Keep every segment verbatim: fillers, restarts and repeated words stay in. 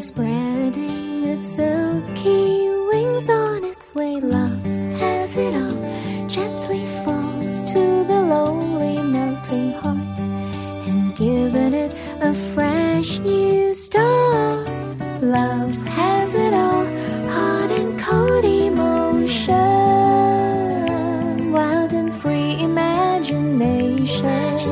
spreading its silky wings on its way. Love has it all, gently falls to the lonely melting heart, and giving it a fresh new start. Love has it all, hot and cold emotion, wild and free imagination.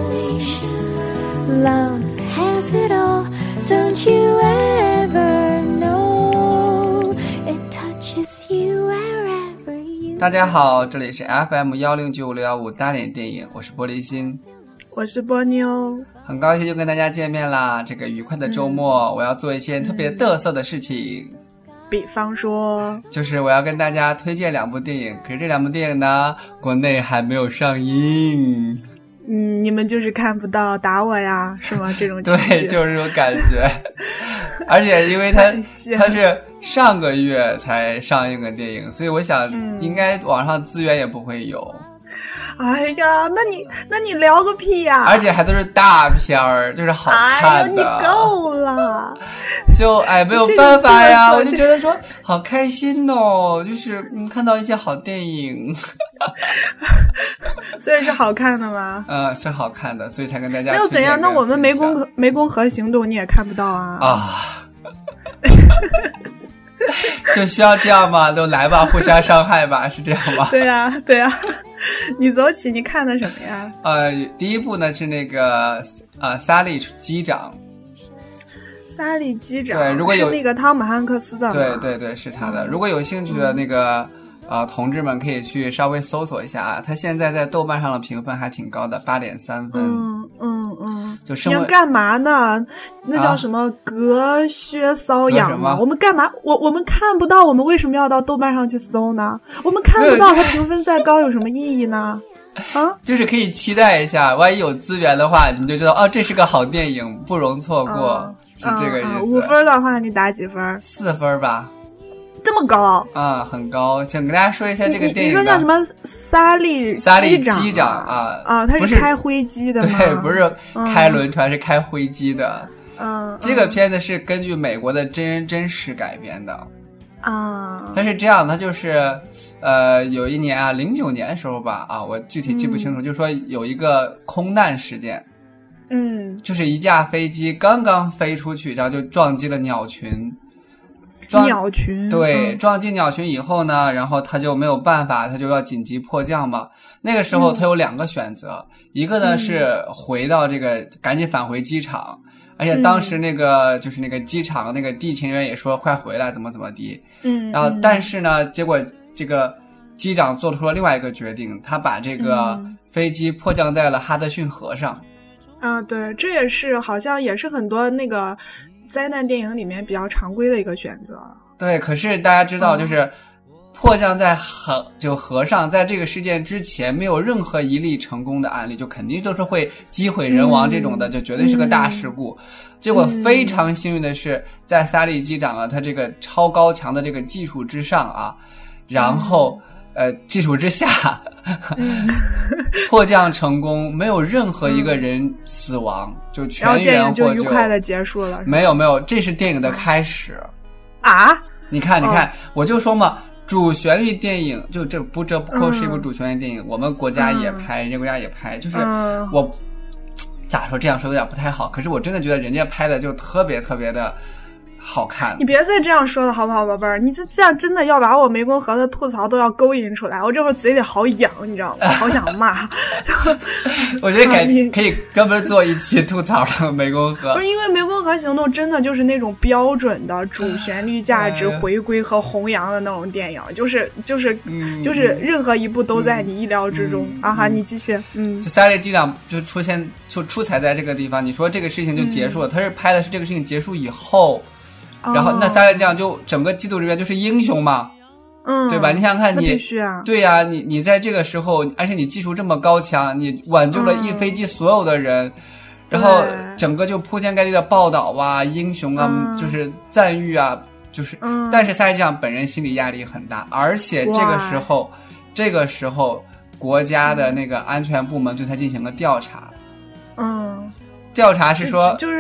Love has it all, don't you ever know, it touches you wherever you。 大家好，这里是 F M 一零九五六一五大脸电影，我是玻璃心， 我是波妞， 很高兴又跟大家见面啦。这个愉快的周末、嗯、我要做一件特别嘚瑟的事情、嗯、 比方说就是我要跟大家推荐两部电影，可是这两部电影呢国内还没有上映。 嗯，你们就是看不到，打我呀，是吗？这种情绪对，就是这种感觉。而且因为它它是上个月才上映的电影，所以我想应该网上资源也不会有。 嗯、哎呀，那你那你聊个屁呀！ 而且还都是大片儿，就是好看的。 哎呦，你够了！ 就哎没有办法呀，我就觉得说好开心哦，就是嗯看到一些好电影。 所以是好看的吗？ 嗯，是好看的，所以才跟大家。 那又怎样？那我们湄公湄公河行动你也看不到啊！ 啊，就需要这样吗？都来吧，互相伤害吧，是这样吗？ 对呀、啊，对呀、啊。你走起，你看的什么呀？ 呃，第一部呢是那个呃萨利机长。 萨利机长， 对，如果有是那个汤姆汉克斯的吗？ 对对对，是他的。如果有兴趣的那个。嗯呃，同志们可以去稍微搜索一下啊，他现在在豆瓣上的评分还挺高的，八点三分。 嗯嗯嗯， 就你要干嘛呢？那叫什么、啊、隔靴搔痒吗？我们干嘛？我我们看不到，我们为什么要到豆瓣上去搜呢？我们看不到，它评分再高有什么意义呢？啊， 就是可以期待一下，万一有资源的话，你就知道哦，这是个好电影，不容错过，嗯、是这个意思。 嗯嗯、五分的话，你打几分？ 四分吧。 这么高啊、嗯，很高。想跟大家说一下这个电影。 你说叫什么？萨利萨利机长啊啊，他是开灰机的吗？ 对，不是开轮船，嗯、是开灰机的。 嗯， 这个片子是根据美国的真人真事改编的啊。 它是这样，它就是呃，有一年啊，零九年的时候吧，啊，我具体记不清楚，嗯、就是说有一个空难事件。 嗯， 就是一架飞机刚刚飞出去，然后就撞击了鸟群。 鸟群对、 嗯、 撞击鸟群以后呢，然后他就没有办法，他就要紧急迫降嘛。那个时候他有两个选择、嗯、一个呢是回到这个赶紧返回机场、嗯、而且当时那个、嗯、就是那个机场那个地勤人员也说快回来怎么怎么地。 嗯， 然后但是呢结果这个机长做出了另外一个决定，他把这个飞机迫降在了哈德逊河上。 啊、嗯，对，这也是好像也是很多那个灾难电影里面比较常规的一个选择。 对，可是大家知道就是迫降在河就河上，在这个事件之前没有任何一例成功的案例，就肯定都是会机毁人亡这种的、嗯、就绝对是个大事故、嗯、结果非常幸运的是在萨利机长啊他这个超高强的这个技术之上啊，然后、嗯、呃技术之下迫降成功，没有任何一个人死亡、嗯、就全员获救， 然后电影就愉快的结束了。 没有没有，这是电影的开始啊！ 你看你看、哦、我就说嘛，主旋律电影就这不这不够是一部主旋律电影、嗯、我们国家也拍、嗯、人家国家也拍，就是我、嗯、咋说这样说有点不太好，可是我真的觉得人家拍的就特别特别的好看。 你别再这样说了好不好宝贝儿，你这这样真的要把我湄公河的吐槽都要勾引出来，我这会儿嘴里好痒你知道吗，好想骂我觉得改、啊、可以专门做一期吐槽的湄公河。 不是因为湄公河行动真的就是那种标准的主旋律价值回归和弘扬的那种电影，就是就是、嗯、就是任何一部都在你意料之中、嗯、啊哈、嗯、你继续。嗯， 就萨利机长就出现就出彩在这个地方，你说这个事情就结束了、嗯、他是拍的是这个事情结束以后，然后那萨利机长就整个机组人员就是英雄嘛， 嗯， 对吧？你想想看你， 必须啊， 对呀、啊，你你在这个时候，而且你技术这么高强，你挽救了一飞机所有的人，嗯、然后整个就铺天盖地的报道啊，英雄啊，嗯、就是赞誉啊，就是，嗯、但是萨利机长本人心理压力很大，而且这个时候，这个时候国家的那个安全部门对他进行了调查， 嗯， 调查是说， 就是。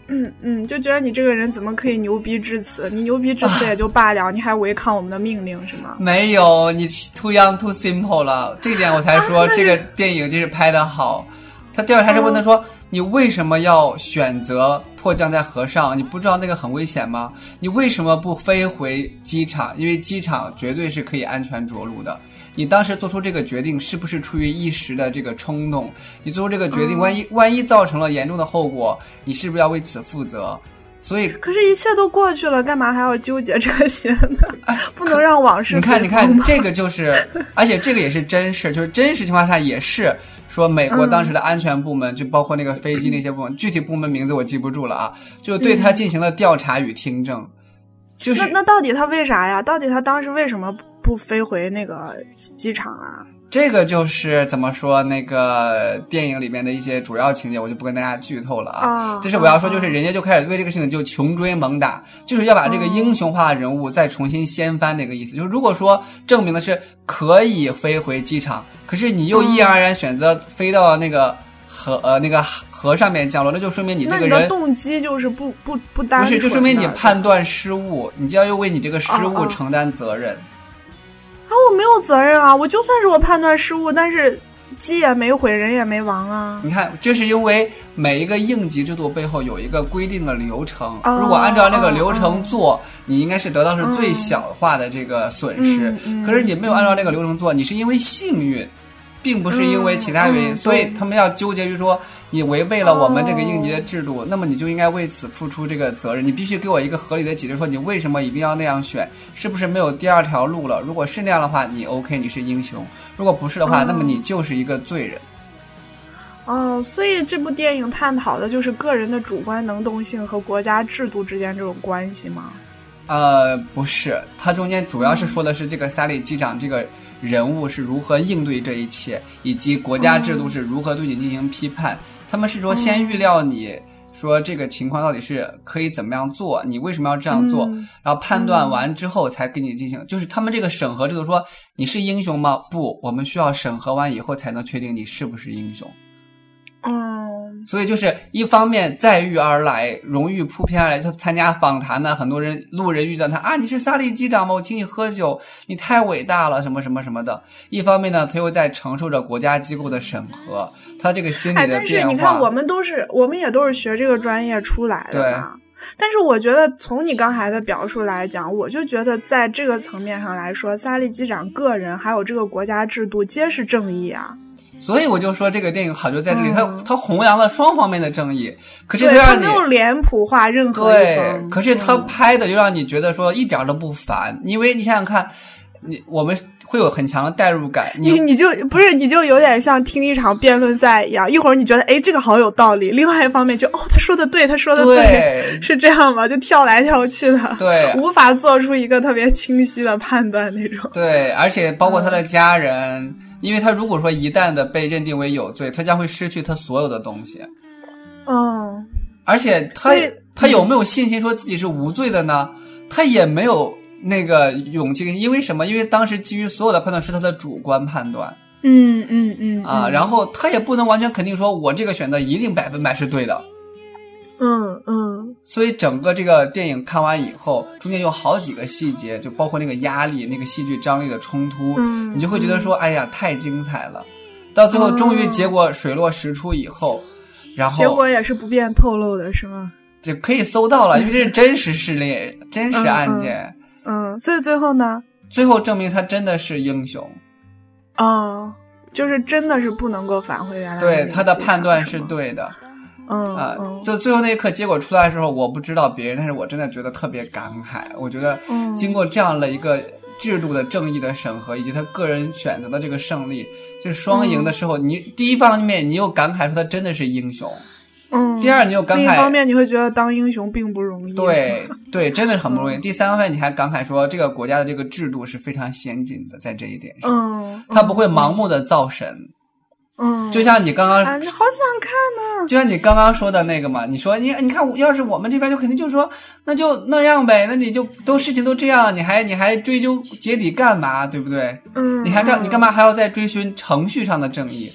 嗯嗯，就觉得你这个人怎么可以牛逼至此？你牛逼至此也就罢了，啊、你还违抗我们的命令是吗？ 没有，你 too young too simple 了，这一点我才说、啊、这个电影就是拍得好。他第二还是问他说、哦、你为什么要选择迫降在河上？你不知道那个很危险吗？你为什么不飞回机场？因为机场绝对是可以安全着陆的。你当时做出这个决定是不是出于一时的这个冲动？你做出这个决定、嗯、万一万一造成了严重的后果，你是不是要为此负责？所以可是一切都过去了，干嘛还要纠结这些呢？哎、不能让往事你看你看这个就是而且这个也是真事，就是真实情况下也是说美国当时的安全部门、嗯、就包括那个飞机那些部门、嗯、具体部门名字我记不住了啊，就对他进行了调查与听证、嗯、就是那那到底他为啥呀？到底他当时为什么不飞回那个机场啊？ 这个就是怎么说，那个电影里面的一些主要情节我就不跟大家剧透了啊。 哦、 这是我要说，就是人家就开始为这个事情就穷追猛打，就是要把这个英雄化人物再重新掀翻的一个意思。就是如果说证明的是可以飞回机场，可是你又毅然而然选择飞到那个河呃那个河上面降落，那就说明你这个人那你的动机就是不不不单纯的， 不是，就说明你判断失误，你就要为你这个失误承担责任。哦哦啊，我没有责任啊！我就算是我判断失误，但是机也没毁，人也没亡啊。 你看，这是因为每一个应急制度背后有一个规定的流程，哦、如果按照那个流程做、哦，你应该是得到是最小化的这个损失。嗯、可是你没有按照那个流程做，你是因为幸运，并不是因为其他原因，嗯嗯、所以他们要纠结于说你违背了我们这个应急的制度、哦，那么你就应该为此付出这个责任。你必须给我一个合理的解释，说你为什么一定要那样选，是不是没有第二条路了？如果是那样的话，你 OK， 你是英雄；如果不是的话，哦、那么你就是一个罪人。 哦，所以这部电影探讨的就是个人的主观能动性和国家制度之间这种关系吗？ 呃，不是，它中间主要是说的是这个萨利机长这个人物是如何应对这一切，以及国家制度是如何对你进行批判。嗯、他们是说先预料你说这个情况到底是可以怎么样做，你为什么要这样做，嗯、然后判断完之后才给你进行，嗯、就是他们这个审核制度说你是英雄吗？不，我们需要审核完以后才能确定你是不是英雄。 嗯， 所以就是一方面载誉而来，荣誉扑面而来，就参加访谈的很多人路人遇到他啊，你是萨利机长吗？我请你喝酒，你太伟大了，什么什么什么的。一方面呢，他又在承受着国家机构的审核，他这个心理的变化。 哎，但是你看，我们都是我们也都是学这个专业出来的嘛。但是我觉得从你刚才的表述来讲，我就觉得在这个层面上来说，萨利机长个人还有这个国家制度皆是正义啊。 所以我就说这个电影好就在这里，它、嗯、它弘扬了双方面的正义，可是它让你没有脸谱化任何一方。 对，可是它拍的又让你觉得说一点都不烦，嗯、因为你想想看，你我们会有很强的代入感。 你你就不是你就有点像听一场辩论赛一样，一会儿你觉得哎这个好有道理，另外一方面就哦他说的对，他说的 对, 对，是这样吗？就跳来跳去的， 对， 无法做出一个特别清晰的判断那种。 对，而且包括他的家人。嗯，因为他如果说一旦的被认定为有罪，他将会失去他所有的东西。 嗯， 而且他他有没有信心说自己是无罪的呢？他也没有那个勇气，因为什么？因为当时基于所有的判断是他的主观判断。 嗯嗯嗯啊， 嗯， 然后他也不能完全肯定说我这个选择一定百分百是对的。 嗯嗯， 所以整个这个电影看完以后，中间有好几个细节，就包括那个压力、那个戏剧张力的冲突， 嗯， 你就会觉得说，哎呀，太精彩了。到最后，终于结果水落石出以后，嗯、然后结果也是不便透露的，是吗？ 就可以搜到了，因为这是真实事例、真实案件。 嗯, 嗯, 嗯，所以最后呢？ 最后证明他真的是英雄。 哦，就是真的是不能够返回原来的。 对，他的判断是对的。 嗯啊、 嗯， 就最后那一刻结果出来的时候，我不知道别人，但是我真的觉得特别感慨。我觉得经过这样的一个制度的正义的审核，以及他个人选择的这个胜利，就是双赢的时候，嗯、你第一方面你又感慨说他真的是英雄， 嗯， 第二你又感慨， 另一方面你会觉得当英雄并不容易， 对对，真的是很不容易。嗯、第三方面你还感慨说这个国家的这个制度是非常先进的，在这一点上， 嗯， 他不会盲目的造神。 嗯， 就像你刚刚， 啊、你好想看呢。 就像你刚刚说的那个嘛，你说你你看，要是我们这边就肯定就说，那就那样呗，那你就都事情都这样，你还你还追究结底干嘛，对不对？ 嗯， 你还干、嗯、你干嘛还要再追寻程序上的正义？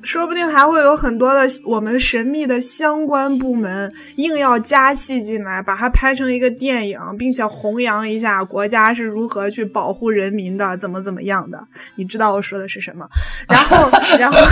说不定还会有很多的我们神秘的相关部门硬要加戏进来，把它拍成一个电影，并且弘扬一下国家是如何去保护人民的，怎么怎么样的。你知道我说的是什么？然后，然后，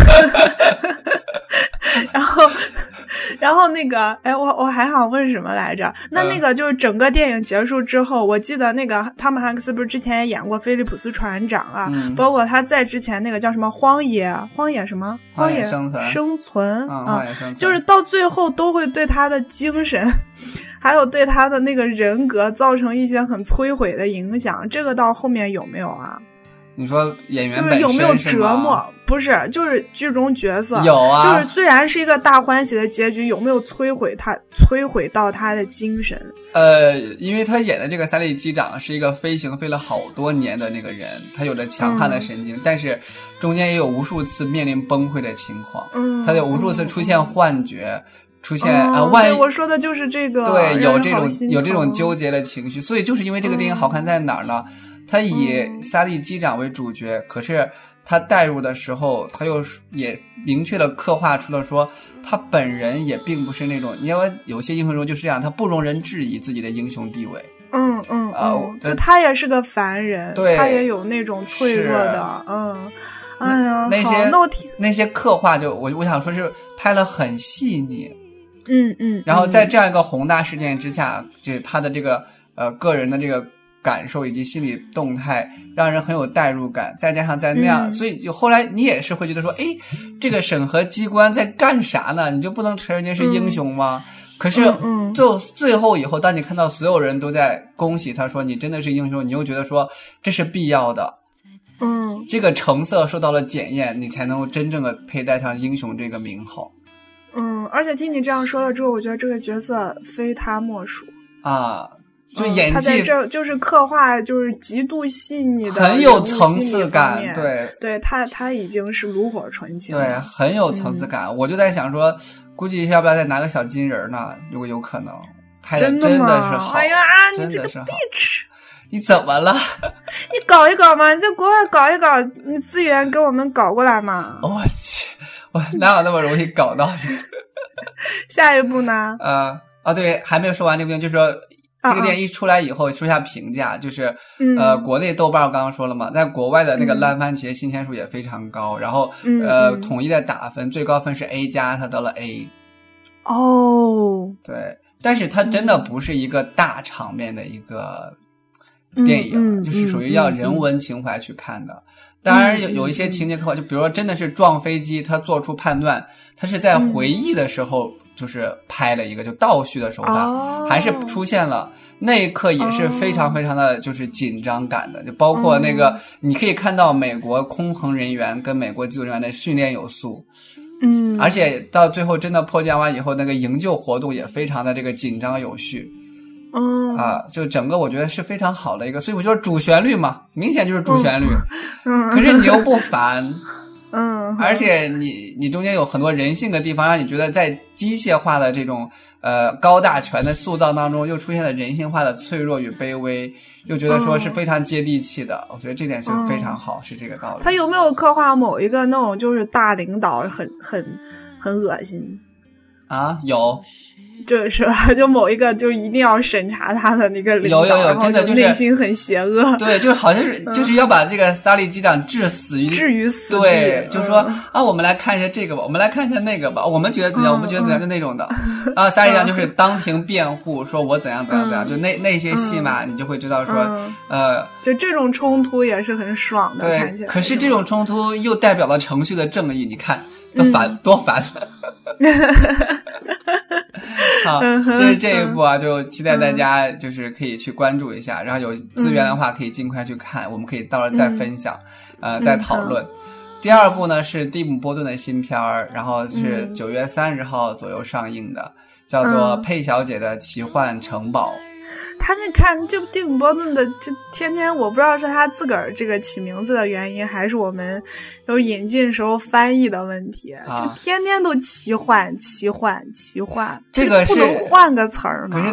然后。然后那个，哎，我我还想问什么来着？那那个就是整个电影结束之后，我记得那个汤姆汉克斯不是之前也演过菲利普斯船长啊， 嗯、 包括他在之前那个叫什么荒野荒野什么荒野生存生存啊、 嗯嗯，就是到最后都会对他的精神，还有对他的那个人格造成一些很摧毁的影响。这个到后面有没有啊？ 你说演员就是有没有折磨？不是，就是剧中角色有啊。 就是虽然是一个大欢喜的结局，有没有摧毁他、摧毁到他的精神？ 呃，因为他演的这个三笠机长是一个飞行飞了好多年的那个人，他有着强悍的神经，嗯、但是中间也有无数次面临崩溃的情况，嗯，他有无数次出现幻觉。嗯出现啊、呃，万一我说的就是这个， 对，有这种有这种纠结的情绪，所以就是因为这个电影好看在哪儿呢？嗯、他以萨利机长为主角，嗯、可是他带入的时候，他又也明确的刻画出了说，他本人也并不是那种，因为有些英雄中就是这样，他不容人质疑自己的英雄地位。 嗯嗯啊、呃，就他也是个凡人， 对， 他也有那种脆弱的，嗯。哎呀， 那些那我听那些刻画就我我想说是拍了很细腻。 嗯嗯， 然后在这样一个宏大事件之下，就他的这个呃个人的这个感受以及心理动态，让人很有代入感。再加上在那样，嗯、所以就后来你也是会觉得说，哎，这个审核机关在干啥呢？你就不能承认人家是英雄吗？嗯、可是就最后以后，当你看到所有人都在恭喜他说你真的是英雄，你又觉得说这是必要的。 嗯， 这个成色受到了检验，你才能够真正的佩戴上英雄这个名号。 嗯，而且听你这样说了之后，我觉得这个角色非他莫属啊！就演技， 嗯、他在这就是刻画，就是极度细腻的， 很有层次感。对， 对他他已经是炉火纯青了， 对，很有层次感。嗯、我就在想说，估计要不要再拿个小金人呢？如果有可能，拍的真的是好。 哎呀， 真的是好。 你这个 bitch！ 你怎么了？ 你搞一搞嘛，你在国外搞一搞，你资源给我们搞过来嘛。 我去，我哪有那么容易搞到？ 下一步呢？ 呃啊，对，还没有说完这个电影，就是说这个电影一出来以后，说一下评价，就是呃，国内豆瓣我刚刚说了嘛，在国外的那个烂番茄新鲜数也非常高，然后呃，统一的打分最高分是 A 加，它得了 A。 哦， 对，但是它真的不是一个大场面的一个。电影、 嗯嗯、 就是属于要人文情怀去看的，嗯、当然有有一些情节刻画，就比如说真的是撞飞机，他做出判断，他是在回忆的时候就是拍了一个就倒叙的手法， 哦、 还是出现了那一刻也是非常非常的就是紧张感的，哦、就包括那个、嗯、你可以看到美国空乘人员跟美国机组人员的训练有素。 嗯， 而且到最后真的迫降完以后，那个营救活动也非常的这个紧张有序。 嗯啊，就整个我觉得是非常好的一个，所以我觉得主旋律嘛，明显就是主旋律， 嗯， 可是你又不烦， 嗯， 而且你你中间有很多人性的地方，让你觉得在机械化的这种呃高大全的塑造当中，又出现了人性化的脆弱与卑微，又觉得说是非常接地气的，我觉得这点是非常好，是这个道理。 他有没有刻画某一个那种就是大领导很很很恶心啊？有。 就是吧，就某一个就一定要审查他的那个领导， 有有有，真的就是内心很邪恶。 对，就是好像是、嗯、就是要把这个萨利机长置死于置于死地。 对，就是说、 嗯、 啊，我们来看一下这个吧，我们来看一下那个吧，我们觉得怎样， 嗯、 我们觉得怎样，就那种的。啊，萨利机长就是当庭辩护，说我怎样怎样怎样，嗯、就那那些戏嘛，嗯、你就会知道说， 嗯、 呃， 就这种冲突也是很爽的。 对， 看起来可是这种冲突又代表了程序的正义，你看多烦、嗯、多烦。好，这是这一部啊，就期待大家就是可以去关注一下，然后有资源的话可以尽快去看，我们可以到时候再分享，呃，再讨论。第二部呢是蒂姆·波顿的新片儿，然后是九月三十号左右上映的，叫做《佩小姐的奇幻城堡》。 他那看就蒂姆·波顿的，就天天我不知道是他自个儿这个起名字的原因，还是我们有引进时候翻译的问题，啊、就天天都奇幻、奇幻、奇幻， 这个是不能换个词儿吗？ 可是他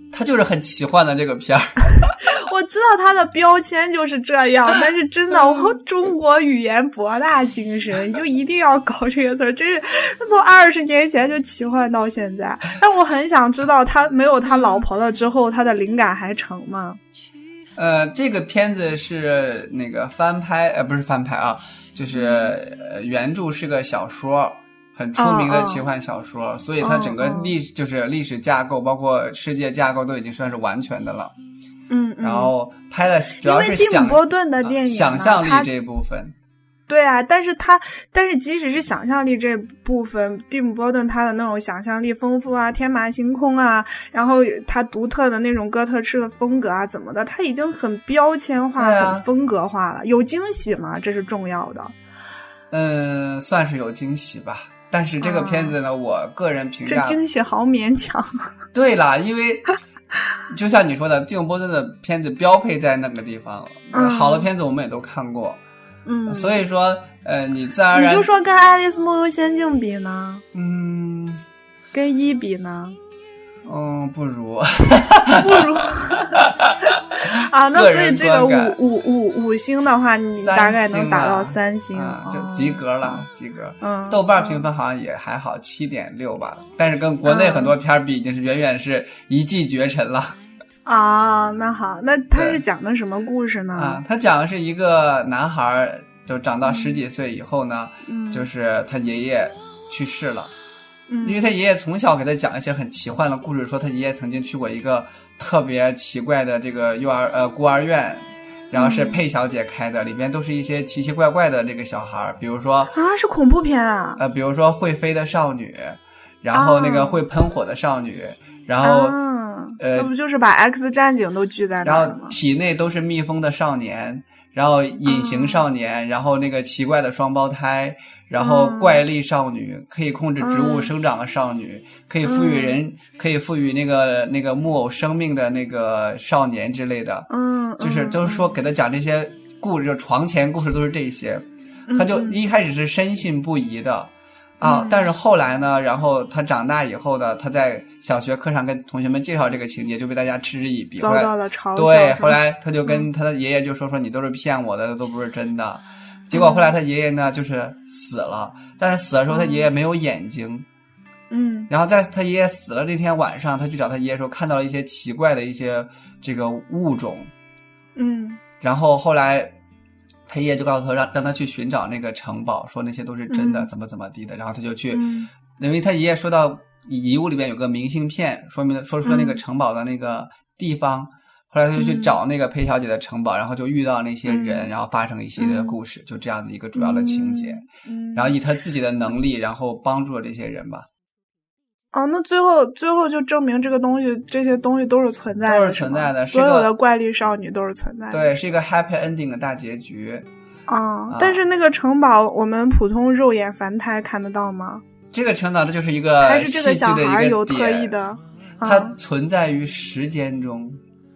他就是很奇幻的这个片儿。 我知道他的标签就是这样，但是真的，我中国语言博大精深，你就一定要搞这个词儿，真是从二十年前就奇幻到现在。但我很想知道，他没有他老婆了之后，他的灵感还成吗？ 呃，这个片子是那个翻拍，呃，不是翻拍啊，就是呃原著是个小说。很出名的奇幻小说， oh, oh. 所以它整个历史、oh, oh. 就是历史架构，包括世界架构都已经算是完全的了。 嗯， 然后拍的主要是想因为蒂姆·波顿的电影、 啊、想象力这一部分。 对啊，但是他但是即使是想象力这部分，蒂姆·波顿他的那种想象力丰富啊，天马行空啊，然后他独特的那种哥特式的风格啊，怎么的，他已经很标签化、啊、很风格化了。有惊喜吗？这是重要的。 嗯，算是有惊喜吧。但是这个片子呢、啊、我个人评价这惊喜好勉强。 对啦，因为就像你说的，蒂姆·波顿的片子标配在那个地方、嗯、好的片子我们也都看过， 嗯， 所以说呃，你自然而然你就说跟《爱丽丝梦游仙境》比呢， 嗯， 跟一比呢， 嗯，不如不如啊，那所以这个五五五五星的话，你大概能打到三星， 啊、就及格了，嗯、及格。 嗯， 豆瓣评分好像也还好，七点六吧，但是跟国内很多片比，已经是远远是一骑绝尘了。 啊，那好，那他是讲的什么故事呢？ 啊，他讲的是一个男孩，就长到十几岁以后呢， 嗯、 就是他爷爷去世了。 嗯， 因为他爷爷从小给他讲一些很奇幻的故事，说他爷爷曾经去过一个特别奇怪的这个幼儿呃孤儿院，然后是佩小姐开的，里边都是一些奇奇怪怪的这个小孩，比如说啊是恐怖片啊， 呃比如说会飞的少女，然后那个会喷火的少女，啊、然后、 啊、 呃那不就是把 X 战警都聚在那儿了吗？ 然后体内都是蜜蜂的少年，然后隐形少年、嗯、然后那个奇怪的双胞胎，然后怪力少女、嗯、可以控制植物生长的少女、嗯、可以赋予人、嗯、可以赋予那个那个木偶生命的那个少年之类的， 嗯， 就是都是说给他讲这些故事，就床前故事都是这些，他就一开始是深信不疑的啊、 嗯， 但是后来呢，然后他长大以后呢，他在小学课上跟同学们介绍这个情节，就被大家嗤之以鼻， 遭到了嘲笑。 对，后来他就跟他的爷爷就说说你都是骗我的，都不是真的。结果后来他爷爷呢就是死了，但是死的时候他爷爷没有眼睛。 嗯， 然后在他爷爷死了那天晚上，他去找他爷爷的时候，看到了一些奇怪的一些这个物种。 嗯， 然后后来他爷爷就告诉他让让他去寻找那个城堡，说那些都是真的、嗯、怎么怎么地的，然后他就去、嗯、因为他爷爷说到遗物里面有个明信片，说明说出了那个城堡的那个地方、嗯、后来他就去找那个裴小姐的城堡、嗯、然后就遇到那些人、嗯、然后发生一系列的故事、嗯、就这样的一个主要的情节、 嗯、 然后以他自己的能力然后帮助了这些人吧。 哦，那最后最后就证明这个东西这些东西都是存在的， 都是存在的， 所有的怪力少女都是存在的， 对，是一个 happy ending 的大结局。 哦、啊，但是那个城堡我们普通肉眼凡胎看得到吗？ 这个城堡这就是一个还是这个小孩有特意的、啊、 它存在于时间中。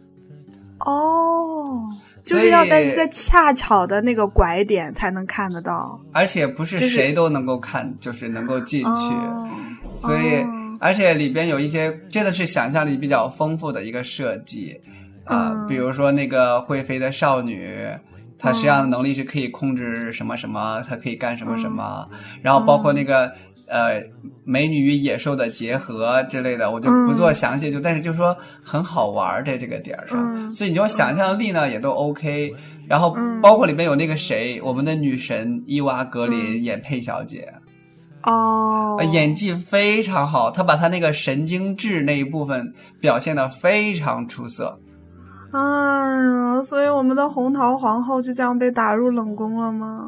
哦，就是要在一个恰巧的那个拐点才能看得到， 而且不是谁都能够看、就是、就是能够进去、哦、所以、哦、而且里边有一些真的是想象力比较丰富的一个设计啊、 嗯呃，比如说那个会飞的少女，她实际上能力是可以控制什么什么，她可以干什么什么、嗯、然后包括那个、嗯、呃美女与野兽的结合之类的，我就不做详细，就、嗯、但是就说很好玩在这个点上、嗯、所以你说想象力呢也都 OK， 然后包括里面有那个谁、嗯、我们的女神伊娃格林、嗯、演佩小姐哦， 演技非常好，她把她那个神经质那一部分表现得非常出色。 哎呀，所以我们的红桃皇后就这样被打入冷宫了吗？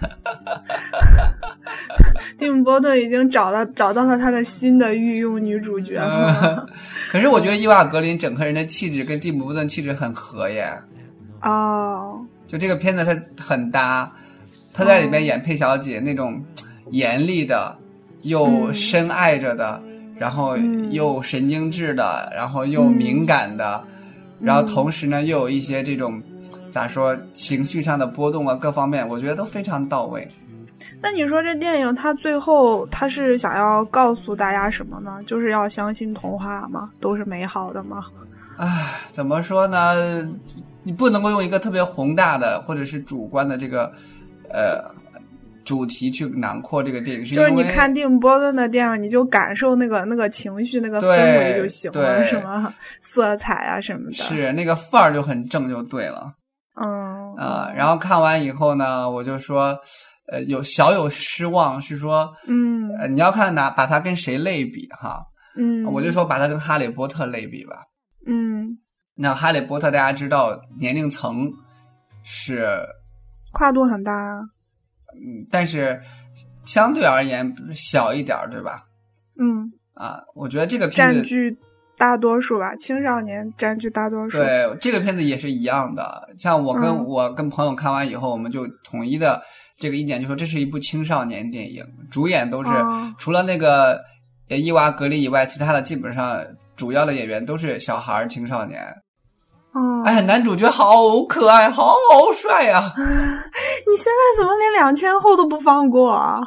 蒂姆·波顿已经找了找到了他的新的御用女主角了、 嗯、可是我觉得伊娃格林整个人的气质跟蒂姆·波顿气质很合耶。 哦， 就这个片子它很搭，她在里面演佩小姐、哦、那种严厉的又深爱着的、嗯、然后又神经质的、嗯、然后又敏感的、嗯，然后同时呢又有一些这种咋说情绪上的波动啊，各方面我觉得都非常到位。 那你说这电影它最后它是想要告诉大家什么呢？就是要相信童话吗？都是美好的吗？ 唉，怎么说呢？你不能够用一个特别宏大的或者是主观的这个呃主题去囊括这个电影，是因为就是你看蒂姆·波顿的电影，你就感受那个那个情绪、那个氛围就行了，什么色彩啊什么的， 是那个范儿就很正就对了。 嗯啊、呃，然后看完以后呢，我就说，呃，有小有失望，是说， 嗯， 呃，你要看哪把它跟谁类比哈， 嗯， 我就说把它跟哈利波特类比吧， 嗯， 那哈利波特大家知道年龄层是跨度很大啊， 嗯，但是相对而言小一点，对吧？ 嗯， 啊，我觉得这个片子占据大多数吧，青少年占据大多数。 对，这个片子也是一样的。像我跟、嗯、我跟朋友看完以后，我们就统一的这个意见，就说这是一部青少年电影，主演都是、哦、除了那个伊娃格里以外，其他的基本上主要的演员都是小孩青少年。 哦， 哎，男主角好可爱，好帅呀、啊！ 你现在怎么连两千后都不放过啊？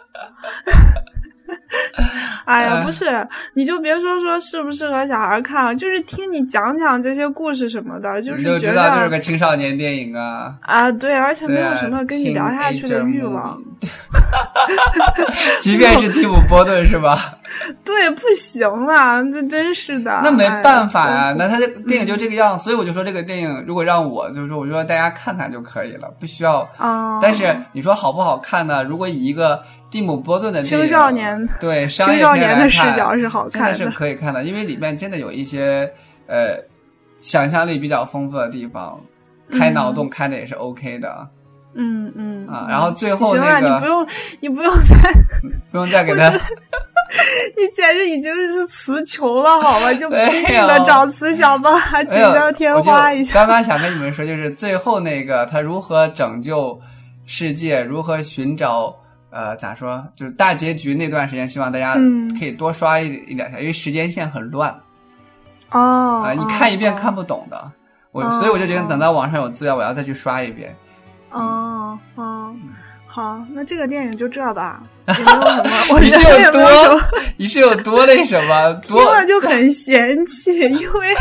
哎呀，不是，你就别说说适不适合小孩看，就是听你讲讲这些故事什么的，就是觉得你就知道这是个青少年电影啊。 啊，对，而且没有什么跟你聊下去的欲望。 即便是蒂姆·波顿是吧？ 对，不行了，这真是的。 那没办法呀、啊，那他的电影就这个样、嗯，所以我就说这个电影如果让我就是说，我就说大家看看就可以了，不需要。 啊、哦。 但是你说好不好看呢？如果以一个蒂姆·波顿的电影， 青少年对商业青少年的视角是好看的， 真的是可以看的，因为里面真的有一些呃想象力比较丰富的地方，开脑洞开的也是 OK 的。 嗯嗯啊，然后最后那个， 行了，你不用，你不用再， 不用再给他， 你简直已经是词穷了，好吗？就拼命的找词想办法锦上添花一下。 刚刚想跟你们说，就是最后那个他如何拯救世界，如何寻找呃咋说，就是大结局那段时间，希望大家可以多刷一、嗯、一两下，因为时间线很乱。 哦， 啊、呃，你看一遍看不懂的，哦、我、哦、所以我就觉得等到网上有资料，我要再去刷一遍。 哦哦，好，那这个电影就这吧，也没有什么。我你是有多，你是有多那什么？ 听了就很嫌弃，因为因为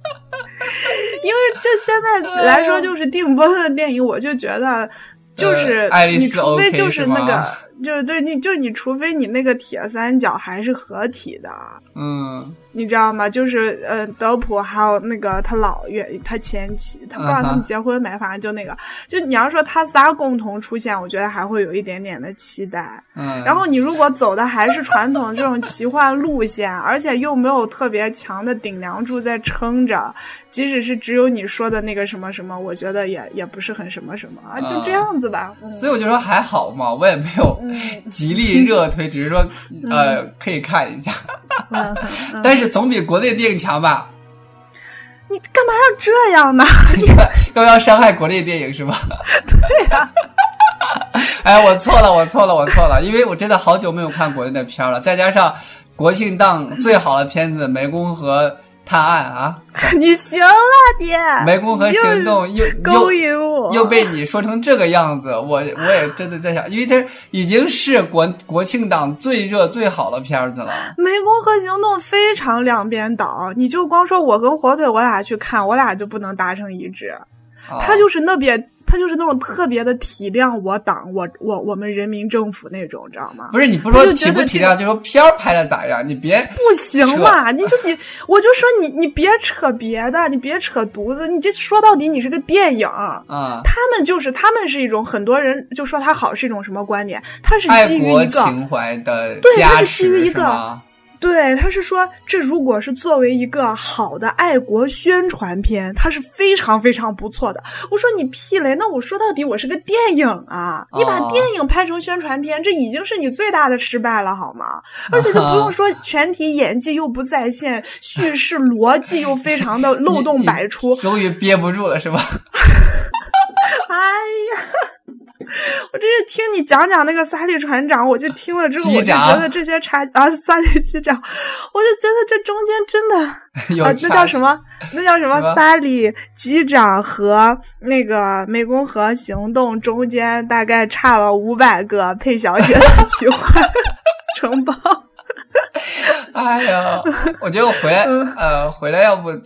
就现在来说，就是蒂姆·波特的电影，我就觉得就是你除非就是那个，就是对你就是你除非你那个铁三角还是合体的， 嗯。 你知道吗？就是呃，德普还有那个他姥爷、他前妻，他不知道他们结婚没， uh-huh. 反正就那个，就你要说他仨共同出现，我觉得还会有一点点的期待。 嗯， 然后你如果走的还是传统这种奇幻路线，而且又没有特别强的顶梁柱在撑着，即使是只有你说的那个什么什么，我觉得也也不是很什么什么啊，就这样子吧。 嗯、所以我就说还好嘛，我也没有极力热推，嗯、只是说呃可以看一下。 嗯嗯、 但是总比国内电影强吧？ 你干嘛要这样呢？ 你干嘛要伤害国内电影是吧？ 对呀、啊。 哎，我错了，我错了，我错了，因为我真的好久没有看国内的片了，再加上国庆档最好的片子《湄公河探案》啊， 你行了你， 湄公河行动又勾引我， 又被你说成这个样子，我我也真的在想，因为这已经是国国庆档最热最好的片子了。 湄公河行动非常两边倒，你就光说我跟火腿我俩去看，我俩就不能达成一致。 哦、 他就是那边。他就是那种特别的体谅我党，我我我们人民政府那种，知道吗？ 不是你不说体不体谅，就说片儿拍的咋样？你别不行嘛！你就你，我就说你你别扯别的，你别扯犊子，你这说到底你是个电影啊、 嗯！ 他们就是他们是一种很多人就说他好是一种什么观点？他是基于一个爱国情怀的对， 加他是基于一个。 是对，他是说，这如果是作为一个好的爱国宣传片，它是非常非常不错的。我说你屁嘞，那我说到底我是个电影啊，你把电影拍成宣传片，这已经是你最大的失败了，好吗？而且就不用说全体演技又不在线，叙事逻辑又非常的漏洞百出， 终于憋不住了是吧？ 哎呀！我真是听你讲讲那个萨利船长，我就听了之后，我就觉得这些差啊，萨利机长，我就觉得这中间真的啊，那叫什么？那叫什么？萨利机长和那个湄公河行动中间大概差了五百个佩小姐的奇幻城堡。 哎呀，我觉得我回来呃，回来要不再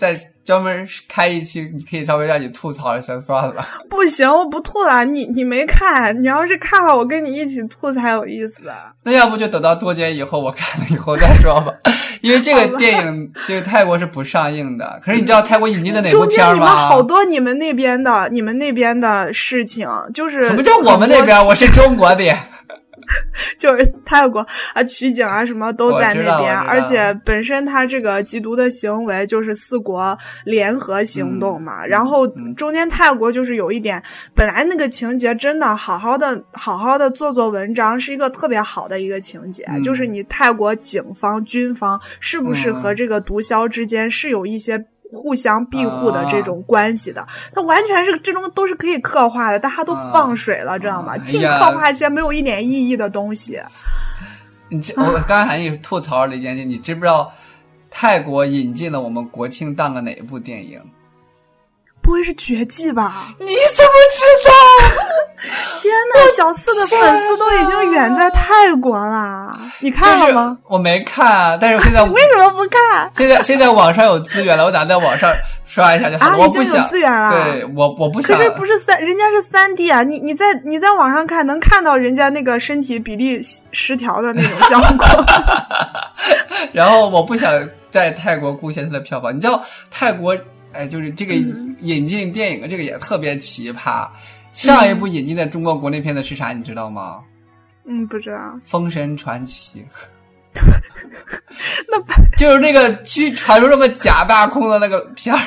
专门开一期，你可以稍微让你吐槽一下，算了。 不行，我不吐了。你你没看，你要是看了，我跟你一起吐才有意思。 那要不就等到多年以后我看了以后再说吧，因为这个电影这个泰国是不上映的。可是你知道泰国引进的哪部片吗？ 中间你们好多你们那边的，你们那边的事情，就是什么叫我们那边？我是中国的。 就是泰国啊，取景啊什么都在那边，而且本身他这个缉毒的行为就是四国联合行动嘛，嗯、然后中间泰国就是有一点，本来那个情节真的好好的好好的做做文章是一个特别好的一个情节，嗯、就是你泰国警方军方是不是和这个毒枭之间是有一些互相庇护的这种关系的，它完全是这种都是可以刻画的，大家都放水了，知道吗？净刻画一些没有一点意义的东西。 你这我刚才还你吐槽了一件事，你知不知道泰国引进了我们国庆档的哪一部电影？ 不会是绝技吧？ 你怎么知道？ 天哪，小四的粉丝都已经远在泰国了，你看了吗？ 就是、我没看啊，但是现在为什么不看？ 现在现在网上有资源了，我打在网上刷一下就好了。 啊， 我不想已经有资源了。 对，我我不想。 可是不是三，人家是三 D 啊，你你在你在网上看能看到人家那个身体比例失调的那种效果。 然后我不想在泰国贡献它的票房，你知道泰国。哎，就是这个引进电影的这个也特别奇葩。上一部引进的中国国内片子是啥？你知道吗？ 嗯，不知道。 封神传奇。 那就是那个据传说中的假大空的那个片儿，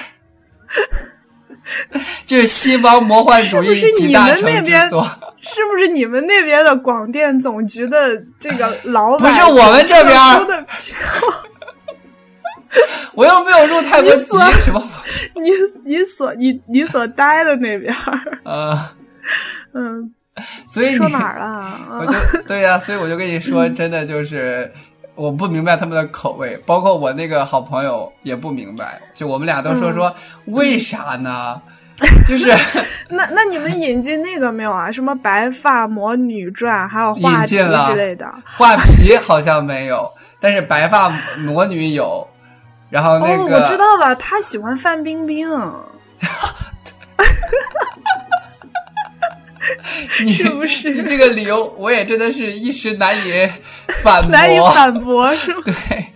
就是西方魔幻主义集大成之作。 是不是你们那边的广电总局的这个老板？ 不是我们这边的票。 我又没有入泰国籍，什么？ 你你所你你所待的那边啊， 嗯， 所以你说哪儿了？ 我就对呀、啊，所以我就跟你说，真的就是我不明白他们的口味，包括我那个好朋友也不明白，就我们俩都说说、嗯、为啥呢？就是那那你们引进那个没有啊？什么白发魔女传，还有画皮之类的？ 画皮好像没有，但是白发魔女有。然后那个、 哦、我知道了，他喜欢范冰冰。 你是不是？ 你这个理由我也真的是一时难以反驳， 难以反驳是吗？ 对。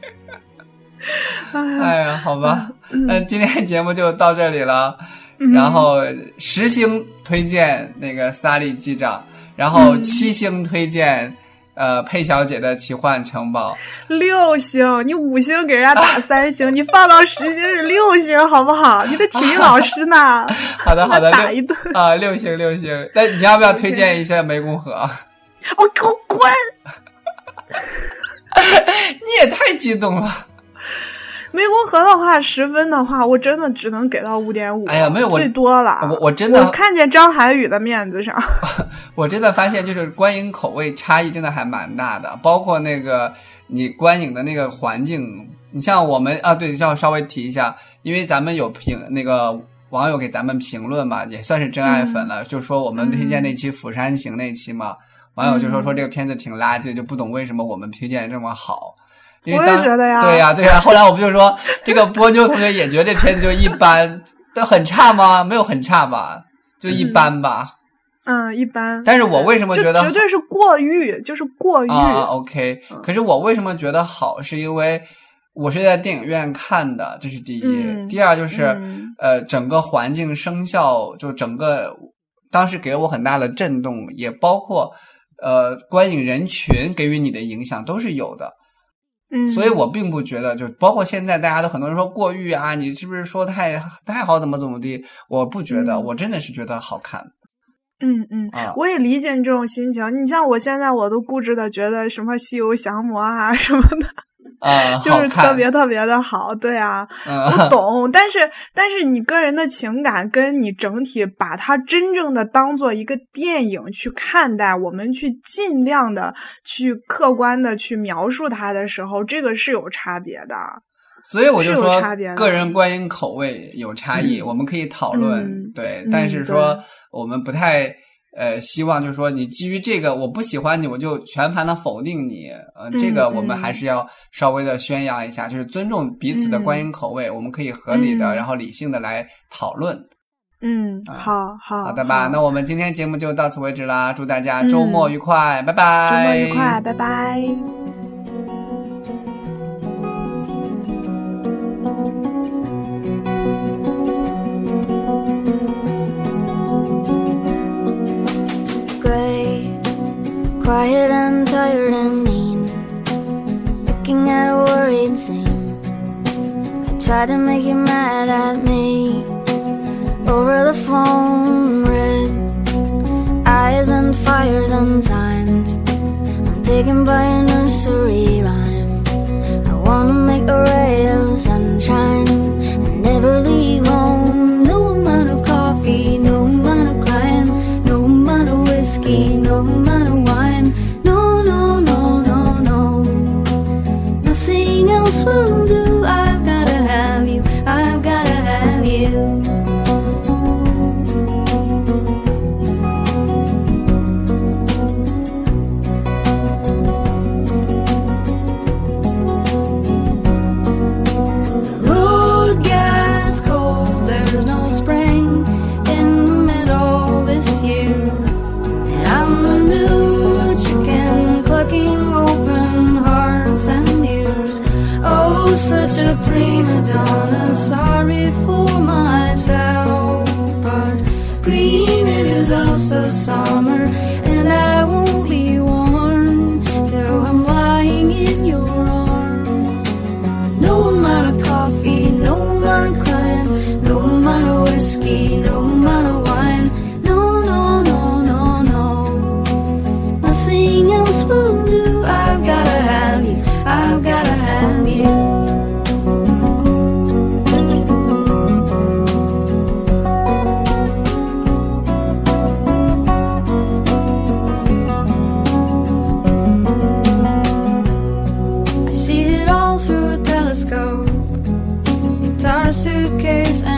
哎呀，好吧，那、嗯、今天节目就到这里了。嗯、然后十星推荐那个萨利机长，然后七星推荐。呃，佩小姐的奇幻城堡六星，你五星给人家打三星，啊、你放到十星是六星，好不好？你的体育老师呢？ 啊、好的，好的， 打一顿啊，六星六星。那你要不要推荐一下湄公河？ 我给我滚！ 你也太激动了。 湄公河的话，十分的话，我真的只能给到五点五。 哎呀，没有， 最多了。 我我真的， 我看见张涵予的面子上， 我真的发现，就是观影口味差异真的还蛮大的。包括那个你观影的那个环境，你像我们啊，对，要稍微提一下，因为咱们有评那个网友给咱们评论嘛，也算是真爱粉了，嗯、就说我们推荐那期《釜山行》那期嘛，嗯、网友就说说这个片子挺垃圾，就不懂为什么我们推荐的这么好。因为我也觉得呀， 对呀，对呀。后来我不就说，这个波妞同学也觉得这片子就一般，都很差吗？没有很差吧，就一般吧。 嗯，嗯一般。 但是我为什么觉得绝对是过誉，就是过誉。 啊 ，OK、嗯。可是我为什么觉得好，是因为我是在电影院看的，这是第一。 嗯、 第二就是、 嗯、 呃，整个环境声效，就整个当时给了我很大的震动，也包括呃观影人群给予你的影响都是有的。 嗯， 所以我并不觉得，就包括现在大家都很多人说过誉啊，你是不是说太太好怎么怎么地？我不觉得，嗯、我真的是觉得好看。 嗯嗯，啊、我也理解你这种心情。你像我现在，我都固执的觉得什么西游降魔啊什么的。 啊、嗯， 就是特别特别的好，对啊， 嗯、 我懂，但是但是你个人的情感跟你整体把它真正的当做一个电影去看待，我们去尽量的去客观的去描述它的时候，这个是有差别的。 所以我就说，个人观影口味有差异，嗯、我们可以讨论， 嗯、 对， 嗯、 但是说我们不太呃，希望就是说你基于这个我不喜欢你，我就全盘的否定你，呃，这个我们还是要稍微的宣扬一下，嗯、就是尊重彼此的观影口味，嗯、我们可以合理的、嗯、然后理性的来讨论。 嗯，好好好的吧，那我们今天节目就到此为止啦，祝大家周末愉快，嗯、拜拜。 周末愉快，拜拜。 Quiet and tired and mean, looking at a worried scene. I tried to make you mad at me over the phone. Red eyes and fires and signs, I'm taken by a nursery rhyme. I wanna make a ray of sunshine and never leave home. No amount of coffee, no amount of crying, no amount of whiskey, no amount of wine. No, no, no, no, no, nothing else will do. I've gotta have you, I've gotta have you. The road gets cold, there's no spring in the middle this year, and I'm the new chicken clucking open hearts and ears. Oh, such a prima donna, sorry for myself, but green it is also summer, and I won't be warm till I'm lying in your arms. No amount of coffee, no amount of crying, no amount of whiskey, no amount of wine. No, no, no, no, no, nothing else will do. I've gotta have you, I've gotta have you. I see it all through a telescope, guitar, suitcase